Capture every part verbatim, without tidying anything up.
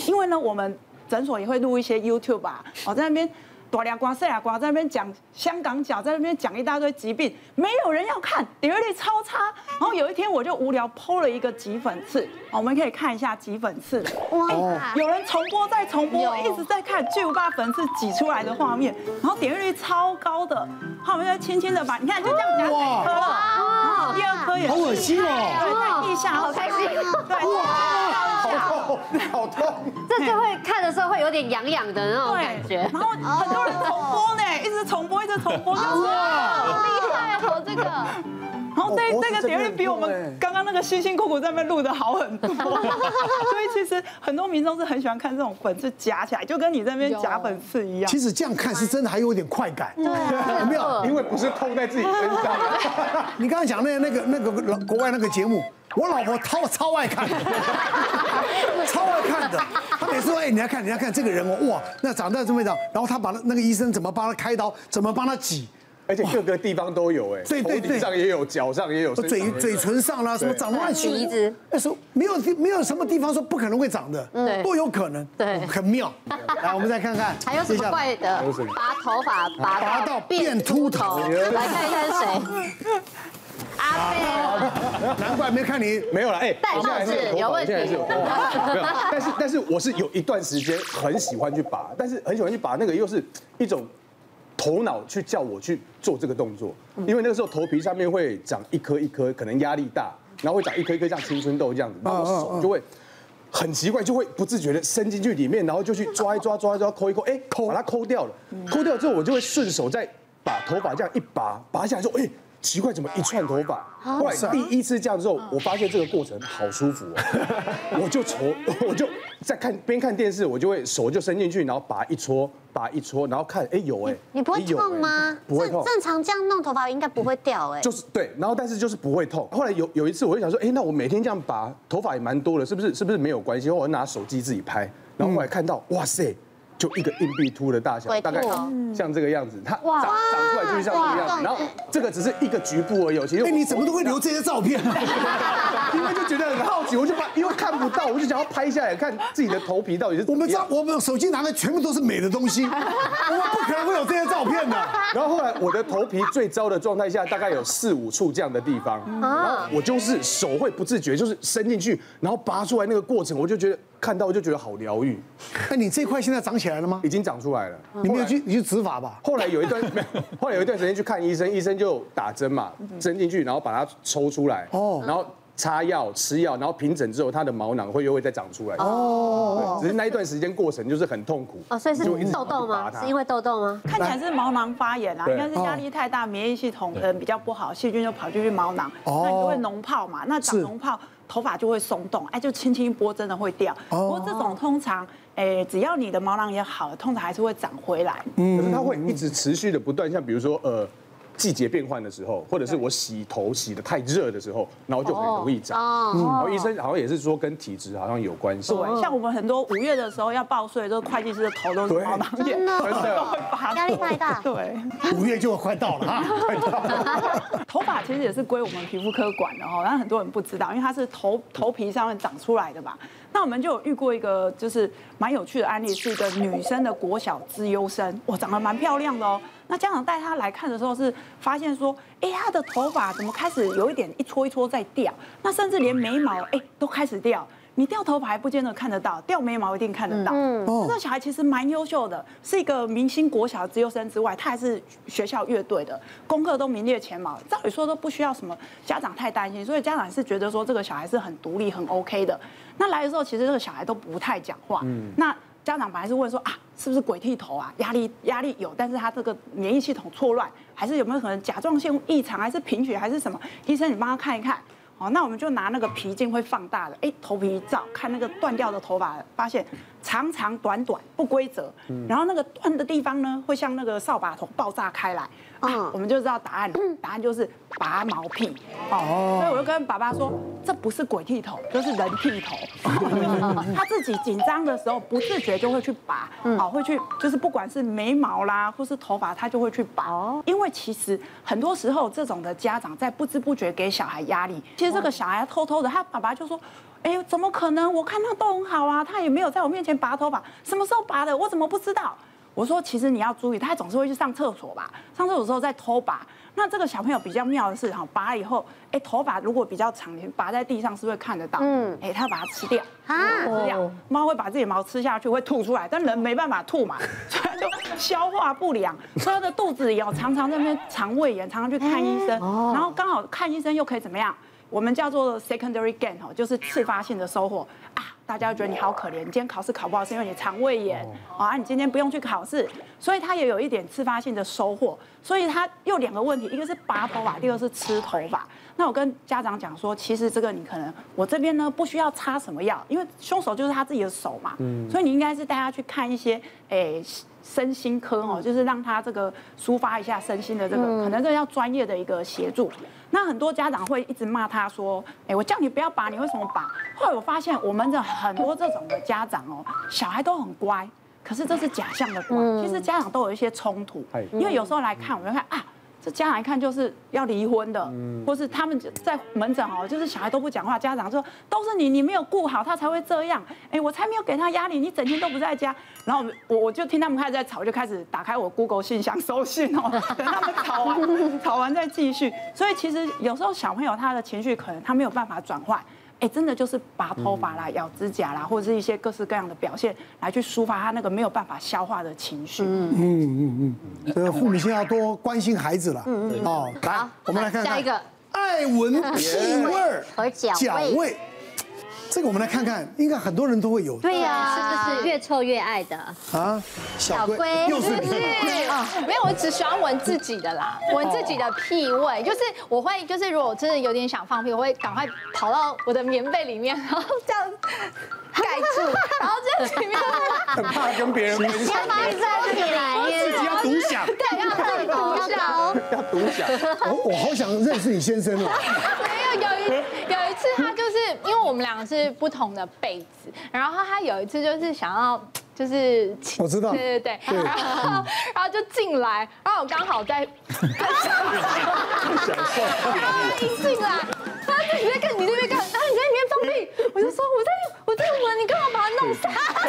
因为呢，我们诊所也会录一些 YouTube 啊，我在那边。大俩瓜、细俩瓜在那边讲香港脚，在那边讲一大堆疾病，没有人要看，点阅率超差。然后有一天我就无聊 po 了一个挤粉刺，我们可以看一下挤粉刺的。哇，有人重播再重播，一直在看巨无霸粉刺挤出来的画面，然后点阅率超高的。好，我们就轻轻的把，你看就这样夹一颗了，然后第二颗也是， 好恶心哦， 对，在腋下， 好开心， 对， 好痛，好痛。 这就会看的时候会有点痒痒的那种感觉。 然后很多人重播呢，一直重播，一直重播，就是好厉害哦，这个。 然后这这个点阅率比我们刚刚那个辛辛苦苦在那边录的好很多，所以其实很多民众是很喜欢看这种粉刺夹起来，就跟你在那边夹粉刺一样。 其实这样看是真的还有点快感， 对， 有没有？ 因为不是痛在自己身上。 你刚才讲那那个那个国外那个节目，我老婆超超爱看，超爱看的。她每次说：“哎，你要看，你要看这个人哦，哇，那长得这么长。”然后她把那个医生怎么帮他开刀，怎么帮他挤。 而且各个地方都有哎， 对对对， 头顶上也有，脚上也有， 嘴嘴唇上啦，什么长乱七鼻子， 那时候没有没有什么地方说不可能会长的， 对， 都有可能， 对， 很妙。来，我们再看看还有什么怪的？拔头发拔到变秃头，来看一下是谁。阿飞， 难怪没看你没有了哎， 戴帽子有问题， 现在是有头发，没有，但是但是我是有一段时间很喜欢去拔，但是很喜欢去拔那个又是一种。头脑去叫我去做这个动作，因为那个时候头皮上面会长一颗一颗，可能压力大，然后会长一颗一颗像青春痘这样子，然后我手就会很奇怪，就会不自觉的伸进去里面，然后就去抓一抓、抓一抓、抠一抠，哎，把它抠掉了，抠掉之后我就会顺手再把头发这样一拔，拔下来之后，哎。奇怪，怎么一串头发？后来第一次这样之后，我发现这个过程好舒服哦，我就搓，我就在看边看电视，我就会手就伸进去，然后拔一撮，拔一撮，然后看，哎有哎， 你不会痛吗？ 不会痛， 正常这样弄头发应该不会掉哎。 就是对，然后但是就是不会痛。后来有有一次我就想说，哎，那我每天这样拔，头发也蛮多的，是不是是不是没有关系？我拿手机自己拍，然后后来看到，哇塞！就一个硬币凸的大小，大概像这个样子，它长长出来就是像这个样子。然后这个只是一个局部而已。其实， 哎，你怎么都会留这些照片？ 因为就觉得很好奇，我就把因为看不到，我就想要拍下来看自己的头皮到底是。 我们知道，我们手机拿的全部都是美的东西，我们不可能会有这些照片的。 然后后来我的头皮最糟的状态下，大概有四五处这样的地方，然后我就是手会不自觉就是伸进去，然后拔出来那个过程，我就觉得。看到我就觉得好疗愈。 哎，你这块现在长起来了吗？ 已经长出来了。 你没有去，你去植发吧？ 后来有一段，后来有一段时间去看医生，医生就打针嘛，针进去，然后把它抽出来，哦，然后擦药、吃药，然后平整之后，它的毛囊会又会再长出来。哦，只是那一段时间过程就是很痛苦。 哦，所以是痘痘吗？是因为痘痘吗？ 看起来是毛囊发炎啊，应该是压力太大，免疫系统嗯比较不好，细菌就跑进去毛囊，那你就会脓泡嘛，那长脓泡。头发就会松动，哎，就轻轻一拨真的会掉。不过这种通常，哎，只要你的毛囊也好了，通常还是会长回来。 嗯，可是它会一直持续的不断，像比如说呃。季节变换的时候，或者是我洗头洗得太热的时候，然后就很容易长。然后医生好像也是说跟体质好像有关系。 对，像我们很多五月的时候要报税，就是会计师的头都是毛囊炎， 真的都会拔。 压力太大。 对， 五月就快到了哈，快到了。 头发其实也是归我们皮肤科管的哈，但很多人不知道，因为它是头头皮上面长出来的嘛。那我们就有遇过一个就是蛮有趣的案例，是一个女生的国小资优生，哇，长得蛮漂亮的哦。那家长带她来看的时候，是发现说，哎，她的头发怎么开始有一点一撮一撮在掉，那甚至连眉毛哎都开始掉。你掉头发还不见得看得到，掉眉毛一定看得到。嗯，这个小孩其实蛮优秀的，是一个明星国小资优生之外，他还是学校乐队的，功课都名列前茅。照理说都不需要什么家长太担心，所以家长是觉得说这个小孩是很独立、很 OK 的。那来的时候，其实这个小孩都不太讲话。嗯，那家长本来是问说啊，是不是鬼剃头啊？压力压力有，但是他这个免疫系统错乱，还是有没有可能甲状腺异常，还是贫血，还是什么？医生，你帮他看一看。哦，那我们就拿那个皮镜会放大的，哎，头皮一照，看那个断掉的头发，发现长长短短不规则，然后那个断的地方呢，会像那个扫把头爆炸开来，啊，我们就知道答案，答案就是拔毛癖。哦，所以我就跟爸爸说，这不是鬼剃头，就是人剃头。他自己紧张的时候，不自觉就会去拔，哦，会去就是不管是眉毛啦，或是头发，他就会去拔。因为其实很多时候这种的家长在不知不觉给小孩压力。其实这个小孩偷偷的，他爸爸就说：“ 哎，怎么可能？我看他都很好啊，他也没有在我面前拔头发，什么时候拔的？我怎么不知道？我说，其实你要注意，他总是会去上厕所吧，上厕所的时候再偷拔。那这个小朋友比较妙的是，哈，拔了以后，哎，头发如果比较长，你拔在地上是会看得到，嗯，哎，他把它吃掉，啊，吃掉，猫会把自己的毛吃下去，会吐出来，但人没办法吐嘛，所以就消化不良，所以他的肚子里哦，常常在那边肠胃炎，常常去看医生，然后刚好看医生又可以怎么样？我们叫做 secondary gain 哦，就是次发性的收获啊，大家就觉得你好可怜，你今天考试考不好是因为你肠胃炎啊，你今天不用去考试，所以他也有一点次发性的收获，所以他有两个问题，一个是拔头发，第二个是吃头发。那我跟家长讲说，其实这个你可能我这边呢不需要擦什么药，因为凶手就是他自己的手嘛，所以你应该是带他去看一些诶。身心科哦，就是让他这个抒发一下身心的这个，可能这要专业的一个协助。那很多家长会一直骂他说：“哎，我叫你不要拔，你为什么拔？”后来我发现，我们的很多这种的家长哦，小孩都很乖，可是这是假象的乖。其实家长都有一些冲突，因为有时候来看，我们看啊。这家长一看就是要离婚的，或是他们在门诊哦，就是小孩都不讲话，家长说都是你，你没有顾好，他才会这样。哎，我才没有给他压力，你整天都不在家。然后我我就听他们开始在吵，就开始打开我 Google 信箱收信哦，等他们吵完，吵完再继续。所以其实有时候小朋友他的情绪可能他没有办法转换。哎，真的就是拔头发啦、咬指甲啦，或者是一些各式各样的表现，来去抒发他那个没有办法消化的情绪。嗯嗯嗯嗯，这个父母亲要多关心孩子了。嗯嗯。哦，来，我们来看看下一个， 爱闻屁味儿和脚脚味。这个我们来看看，应该很多人都会有。 对呀，是不是越臭越爱的啊？小龟又是你啊？没有，我只喜欢闻自己的啦，闻自己的屁味。就是我会，就是如果我真的有点想放屁，我会赶快跑到我的棉被里面，然后这样盖住，然后这样里面很怕跟别人分享。 先放在这里来， 自己要独享。 对，要自己独享， 要独享。 我我好想认识你先生哦。 没有，有一有一次他就是因为我们两个是不同的被子，然后他有一次就是想要。就是我知道， 对对对，然后然后就进来，然后我刚好在，然后一进来，他就你在干，你在那边干，然后你在里面放屁，我就说我在我在闻，你干嘛把它弄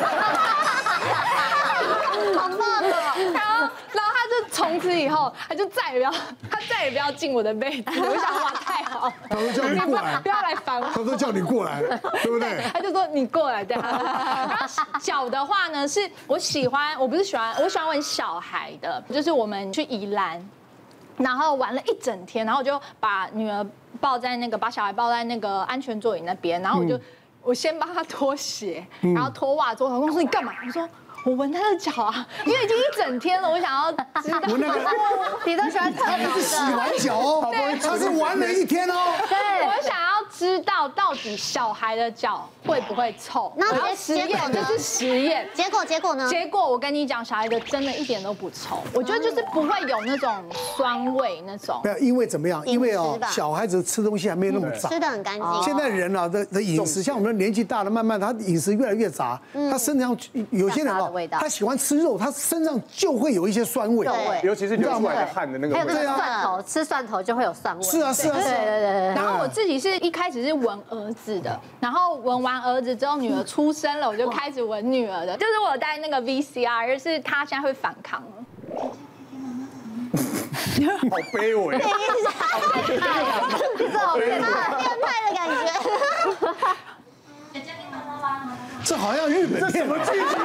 散？好棒的，然后然后他就从此以后，他就再也不要，他再也不要进我的被子。我想哇，太好， 他都叫你过来， 不要来烦我， 他都叫你过来，对不对？ 他就说你过来这样。然后脚的话呢，是我喜欢，我不是喜欢，我喜欢闻小孩的，就是我们去宜兰。然后玩了一整天，然后我就把女儿抱在那个，把小孩抱在那个安全座椅那边，然后我就、嗯、我先帮他脱鞋，然后脱袜子。我老公说你干嘛？我说我闻他的脚啊，因为已经一整天了，我想要知道。 闻那个， 你都喜欢他不是洗完脚哦，他是玩了一天哦。 对，我想要知道到底小孩的脚会不会臭。 那我要实验，这是实验。 结果结果呢？ 结果我跟你讲，小孩的真的一点都不臭，我觉得就是不会有那种酸味那种。 没有，因为怎么样？因为哦，小孩子吃东西还没有那么杂， 吃的很干净。 现在人啊的的饮食，像我们年纪大了，慢慢他饮食越来越杂，他身上有些人啊。他喜欢吃肉，他身上就会有一些酸味， 尤其是流出来的汗的那个味。 还有那个蒜头，吃蒜头就会有蒜味。 是啊，是啊， 对对对对。 然后我自己是一开始是闻儿子的，然后闻完儿子之后，女儿出生了，我就开始闻女儿的。就是我有带那个 V C R， 就是她现在会反抗了。 好卑微， 这种变态的感觉。 这好像日本片， 什么剧情？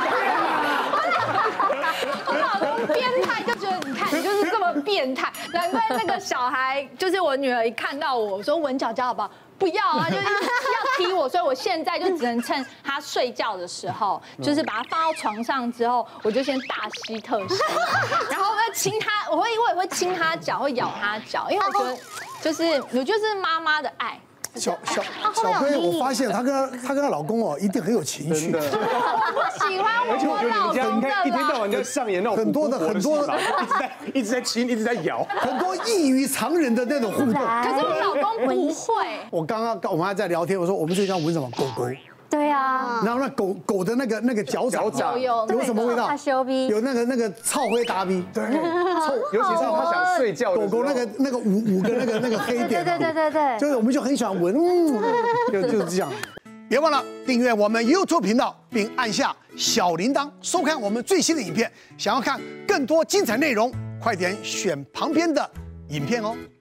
我老公变态就觉得你看你就是这么变态，难怪那个小孩就是我女儿一看到我，我说闻脚脚好不好？不要啊，就是要踢我，所以我现在就只能趁他睡觉的时候，就是把他放到床上之后，我就先大吸特吸，然后再亲他，我会我也会亲他脚，会咬他脚，因为我觉得就是我觉得是妈妈的爱。 小小小龟，我发现她跟她她跟她老公哦，一定很有情绪。 我不喜欢我老公的啦， 一天到晚就上演那种很多的很多， 一直在一直在亲，一直在咬， 很多异于常人的那种互动。 可是我老公不会。 我刚刚我们还在聊天，我说我们最近要闻什么？狗狗。 对啊， 然后那狗狗的那个那个脚掌有有什么味道？ 它修逼， 有那个那个臭灰达逼，对， 臭，尤其是他想睡觉， 狗狗那个那个五五个那个那个黑点， 对对对对对， 就是我们就很喜欢闻，嗯，就就是这样。 别忘了订阅我们 YouTube 频道，并按下小铃铛，收看我们最新的影片。想要看更多精彩内容，快点选旁边的影片哦。